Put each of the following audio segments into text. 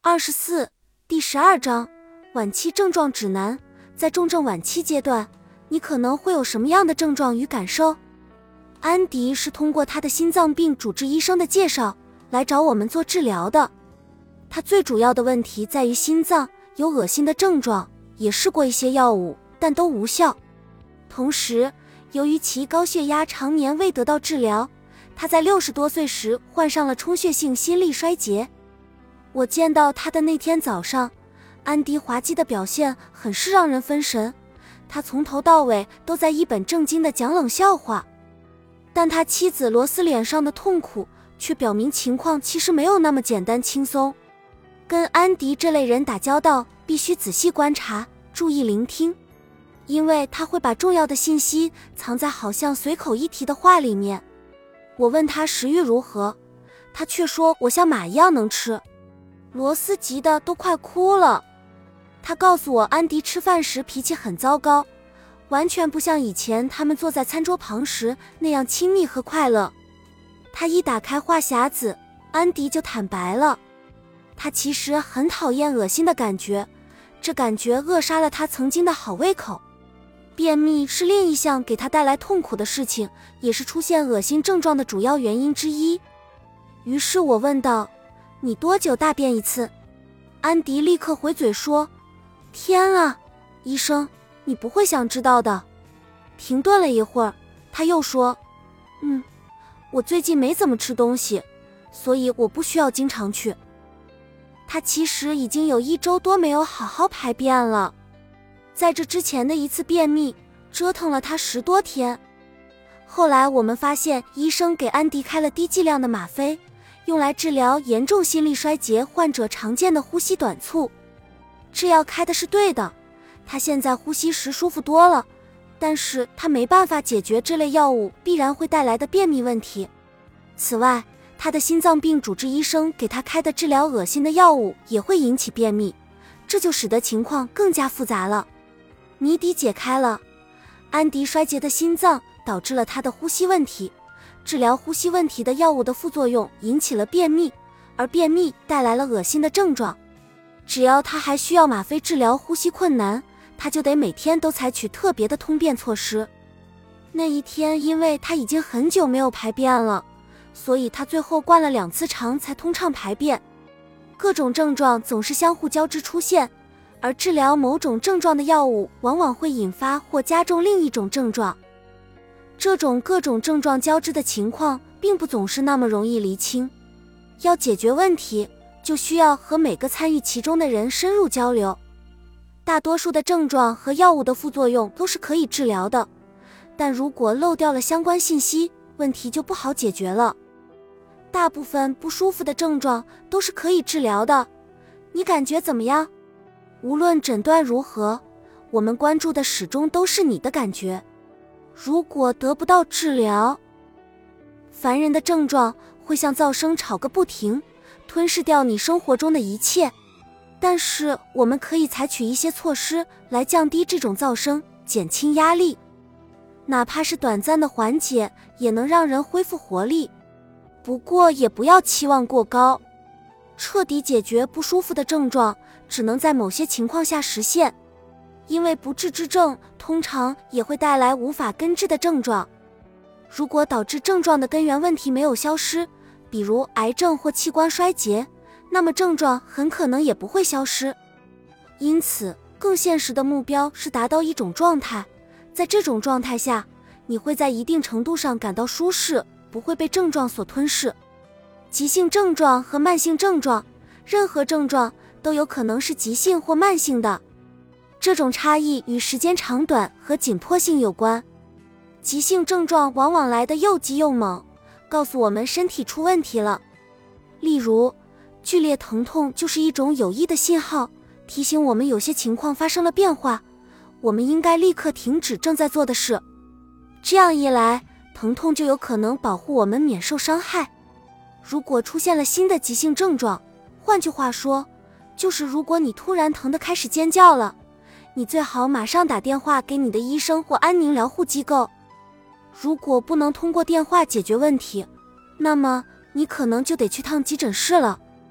24第12章晚期症状指南。在重症晚期阶段，你可能会有什么样的症状与感受？安迪是通过他的心脏病主治医生的介绍来找我们做治疗的。他最主要的问题在于心脏，有恶心的症状，也试过一些药物，但都无效。同时，由于其高血压常年未得到治疗，他在60多岁时患上了充血性心力衰竭。我见到他的那天早上，安迪滑稽的表现很是让人分神，他从头到尾都在一本正经地讲冷笑话。但他妻子罗斯脸上的痛苦却表明情况其实没有那么简单轻松。跟安迪这类人打交道，必须仔细观察，注意聆听，因为他会把重要的信息藏在好像随口一提的话里面。我问他食欲如何，他却说我像马一样能吃。罗斯急得都快哭了。他告诉我安迪吃饭时脾气很糟糕，完全不像以前他们坐在餐桌旁时那样亲密和快乐。他一打开话匣子，安迪就坦白了，他其实很讨厌恶心的感觉，这感觉扼杀了他曾经的好胃口。便秘是另一项给他带来痛苦的事情，也是出现恶心症状的主要原因之一。于是我问道，你多久大便一次？安迪立刻回嘴说，天啊，医生，你不会想知道的。停顿了一会儿，他又说，我最近没怎么吃东西，所以我不需要经常去。他其实已经有1周多没有好好排便了，在这之前的一次便秘折腾了他10多天。后来我们发现医生给安迪开了低剂量的吗啡，用来治疗严重心力衰竭患者常见的呼吸短促。这药开的是对的，他现在呼吸时舒服多了，但是他没办法解决这类药物必然会带来的便秘问题。此外，他的心脏病主治医生给他开的治疗恶心的药物也会引起便秘，这就使得情况更加复杂了。谜底解开了，安迪衰竭的心脏导致了他的呼吸问题，治疗呼吸问题的药物的副作用引起了便秘，而便秘带来了恶心的症状。只要他还需要吗啡治疗呼吸困难，他就得每天都采取特别的通便措施。那一天因为他已经很久没有排便了，所以他最后灌了2次肠才通畅排便。各种症状总是相互交织出现，而治疗某种症状的药物往往会引发或加重另一种症状。这种各种症状交织的情况并不总是那么容易厘清。要解决问题，就需要和每个参与其中的人深入交流。大多数的症状和药物的副作用都是可以治疗的，但如果漏掉了相关信息，问题就不好解决了。大部分不舒服的症状都是可以治疗的，你感觉怎么样？无论诊断如何，我们关注的始终都是你的感觉。如果得不到治疗，烦人的症状会像噪声吵个不停，吞噬掉你生活中的一切。但是我们可以采取一些措施来降低这种噪声，减轻压力。哪怕是短暂的缓解，也能让人恢复活力。不过也不要期望过高。彻底解决不舒服的症状，只能在某些情况下实现。因为不治之症通常也会带来无法根治的症状。如果导致症状的根源问题没有消失，比如癌症或器官衰竭，那么症状很可能也不会消失。因此，更现实的目标是达到一种状态，在这种状态下，你会在一定程度上感到舒适，不会被症状所吞噬。急性症状和慢性症状，任何症状都有可能是急性或慢性的。这种差异与时间长短和紧迫性有关。急性症状往往来得又急又猛，告诉我们身体出问题了。例如，剧烈疼痛就是一种有益的信号，提醒我们有些情况发生了变化，我们应该立刻停止正在做的事。这样一来，疼痛就有可能保护我们免受伤害。如果出现了新的急性症状，换句话说，就是如果你突然疼得开始尖叫了，你最好马上打电话给你的医生或安宁疗护机构。如果不能通过电话解决问题，那么你可能就得去趟急诊室了。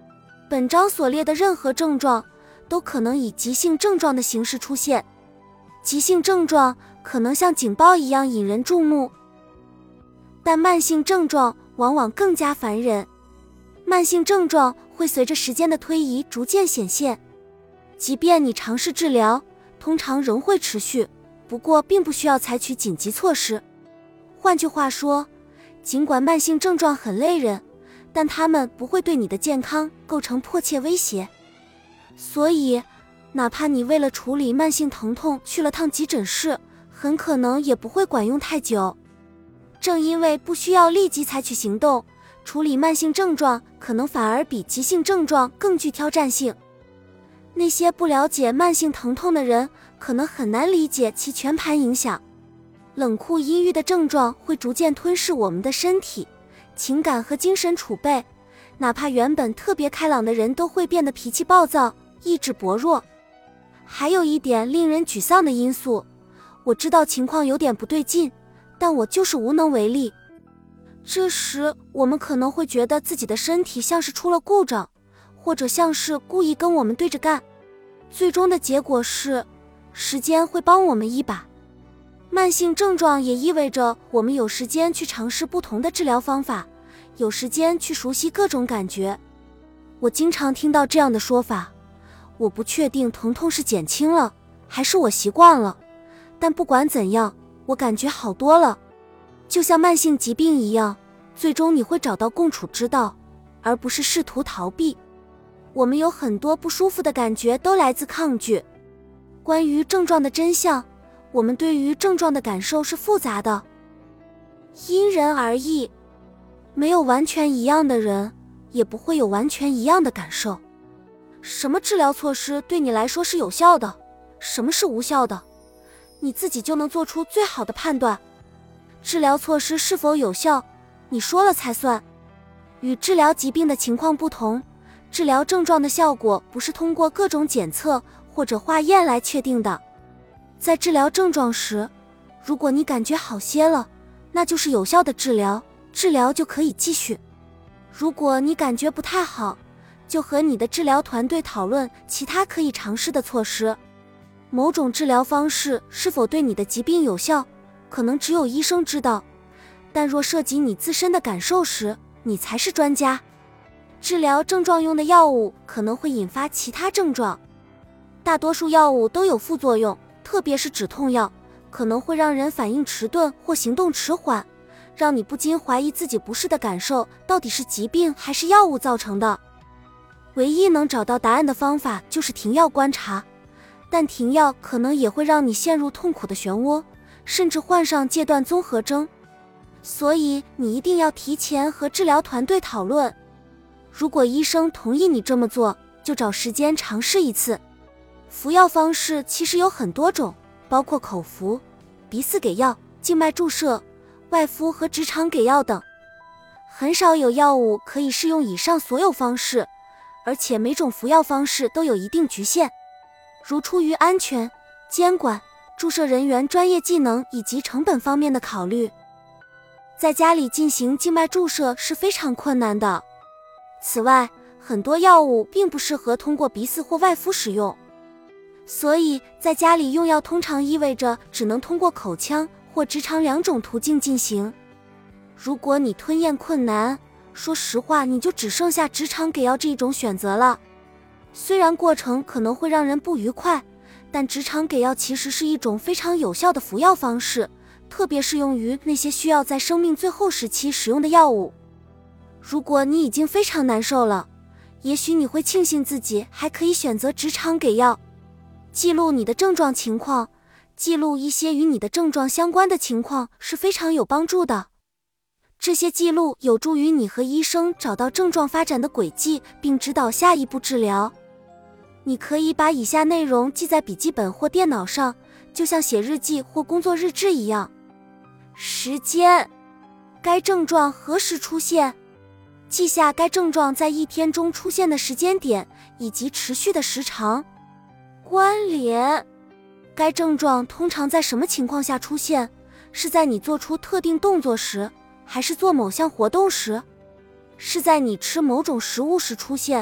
本章所列的任何症状都可能以急性症状的形式出现，急性症状可能像警报一样引人注目，但慢性症状往往更加烦人。慢性症状会随着时间的推移逐渐显现，即便你尝试治疗，通常仍会持续，不过并不需要采取紧急措施。换句话说，尽管慢性症状很累人，但它们不会对你的健康构成迫切威胁。所以，哪怕你为了处理慢性疼痛去了趟急诊室，很可能也不会管用太久。正因为不需要立即采取行动，处理慢性症状可能反而比急性症状更具挑战性。那些不了解慢性疼痛的人，可能很难理解其全盘影响。冷酷阴郁的症状会逐渐吞噬我们的身体、情感和精神储备，哪怕原本特别开朗的人都会变得脾气暴躁、意志薄弱。还有一点令人沮丧的因素，我知道情况有点不对劲，但我就是无能为力。这时我们可能会觉得自己的身体像是出了故障，或者像是故意跟我们对着干。最终的结果是，时间会帮我们一把。慢性症状也意味着我们有时间去尝试不同的治疗方法，有时间去熟悉各种感觉。我经常听到这样的说法，我不确定疼痛是减轻了，还是我习惯了，但不管怎样，我感觉好多了。就像慢性疾病一样，最终你会找到共处之道，而不是试图逃避。我们有很多不舒服的感觉都来自抗拒。关于症状的真相，我们对于症状的感受是复杂的，因人而异。没有完全一样的人，也不会有完全一样的感受。什么治疗措施对你来说是有效的，什么是无效的，你自己就能做出最好的判断。治疗措施是否有效，你说了才算。与治疗疾病的情况不同，治疗症状的效果不是通过各种检测或者化验来确定的。在治疗症状时，如果你感觉好些了，那就是有效的治疗，治疗就可以继续。如果你感觉不太好，就和你的治疗团队讨论其他可以尝试的措施。某种治疗方式是否对你的疾病有效，可能只有医生知道，但若涉及你自身的感受时，你才是专家。治疗症状用的药物可能会引发其他症状，大多数药物都有副作用，特别是止痛药，可能会让人反应迟钝或行动迟缓，让你不禁怀疑自己不适的感受到底是疾病还是药物造成的。唯一能找到答案的方法就是停药观察，但停药可能也会让你陷入痛苦的漩涡，甚至患上戒断综合征。所以你一定要提前和治疗团队讨论。如果医生同意你这么做，就找时间尝试一次。服药方式其实有很多种，包括口服、鼻饲给药、静脉注射、外敷和直肠给药等。很少有药物可以适用以上所有方式，而且每种服药方式都有一定局限，如出于安全、监管、注射人员专业技能以及成本方面的考虑。在家里进行静脉注射是非常困难的。此外，很多药物并不适合通过鼻饲或外敷使用，所以在家里用药通常意味着只能通过口腔或直肠两种途径进行。如果你吞咽困难，说实话，你就只剩下直肠给药这一种选择了。虽然过程可能会让人不愉快，但直肠给药其实是一种非常有效的服药方式，特别适用于那些需要在生命最后时期使用的药物。如果你已经非常难受了，也许你会庆幸自己还可以选择直肠给药。记录你的症状情况，记录一些与你的症状相关的情况是非常有帮助的。这些记录有助于你和医生找到症状发展的轨迹，并指导下一步治疗。你可以把以下内容记在笔记本或电脑上，就像写日记或工作日志一样。时间，该症状何时出现？记下该症状在一天中出现的时间点以及持续的时长。关联，该症状通常在什么情况下出现？是在你做出特定动作时，还是做某项活动时？是在你吃某种食物时出现，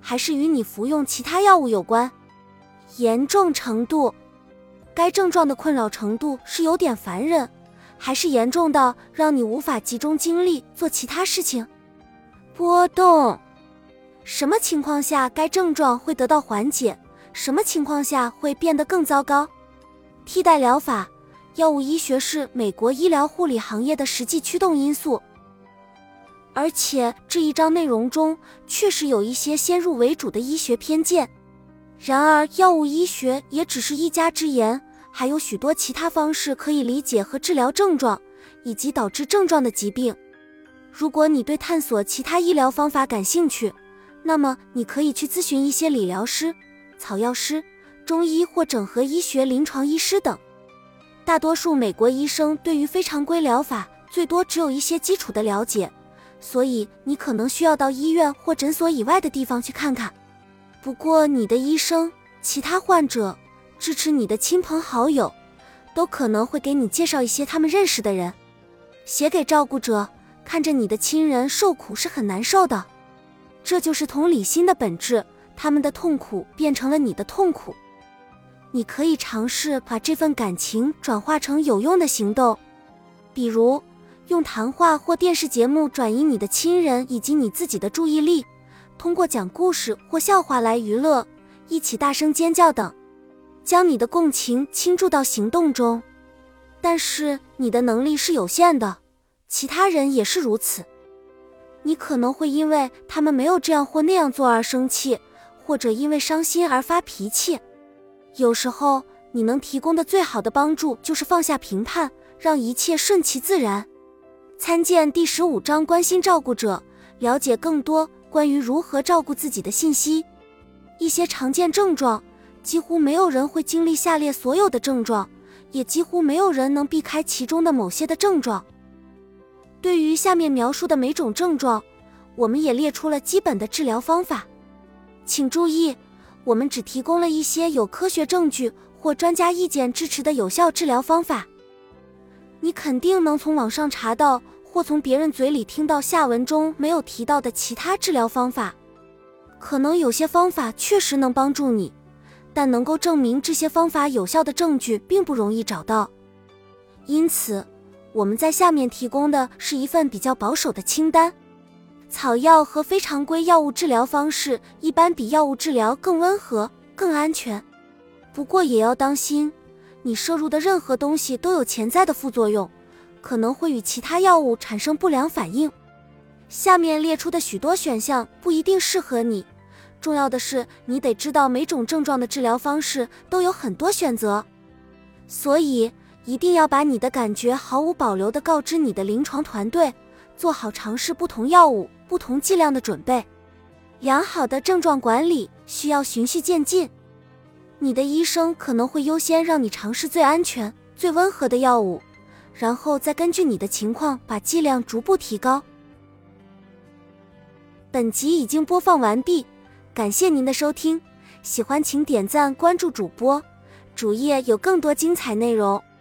还是与你服用其他药物有关？严重程度，该症状的困扰程度是有点烦人，还是严重到让你无法集中精力做其他事情？波动，什么情况下该症状会得到缓解？什么情况下会变得更糟糕？替代疗法，药物医学是美国医疗护理行业的实际驱动因素。而且这一章内容中确实有一些先入为主的医学偏见。然而，药物医学也只是一家之言，还有许多其他方式可以理解和治疗症状，以及导致症状的疾病。如果你对探索其他医疗方法感兴趣，那么你可以去咨询一些理疗师、草药师、中医或整合医学临床医师等。大多数美国医生对于非常规疗法最多只有一些基础的了解，所以你可能需要到医院或诊所以外的地方去看看。不过你的医生、其他患者、支持你的亲朋好友，都可能会给你介绍一些他们认识的人。写给照顾者，看着你的亲人受苦是很难受的。这就是同理心的本质，他们的痛苦变成了你的痛苦。你可以尝试把这份感情转化成有用的行动，比如用谈话或电视节目转移你的亲人以及你自己的注意力，通过讲故事或笑话来娱乐，一起大声尖叫等，将你的共情倾注到行动中。但是你的能力是有限的，其他人也是如此。你可能会因为他们没有这样或那样做而生气，或者因为伤心而发脾气。有时候你能提供的最好的帮助就是放下评判，让一切顺其自然。参见第15章关心照顾者，了解更多关于如何照顾自己的信息。一些常见症状，几乎没有人会经历下列所有的症状，也几乎没有人能避开其中的某些的症状。对于下面描述的每种症状，我们也列出了基本的治疗方法。请注意，我们只提供了一些有科学证据或专家意见支持的有效治疗方法。你肯定能从网上查到，或从别人嘴里听到下文中没有提到的其他治疗方法。可能有些方法确实能帮助你，但能够证明这些方法有效的证据并不容易找到。因此，我们在下面提供的是一份比较保守的清单。草药和非常规药物治疗方式一般比药物治疗更温和、更安全。不过也要当心，你摄入的任何东西都有潜在的副作用，可能会与其他药物产生不良反应。下面列出的许多选项不一定适合你，重要的是你得知道每种症状的治疗方式都有很多选择，所以一定要把你的感觉毫无保留地告知你的临床团队，做好尝试不同药物、不同剂量的准备。良好的症状管理需要循序渐进，你的医生可能会优先让你尝试最安全、最温和的药物，然后再根据你的情况把剂量逐步提高。本集已经播放完毕，感谢您的收听，喜欢请点赞关注主播，主页有更多精彩内容。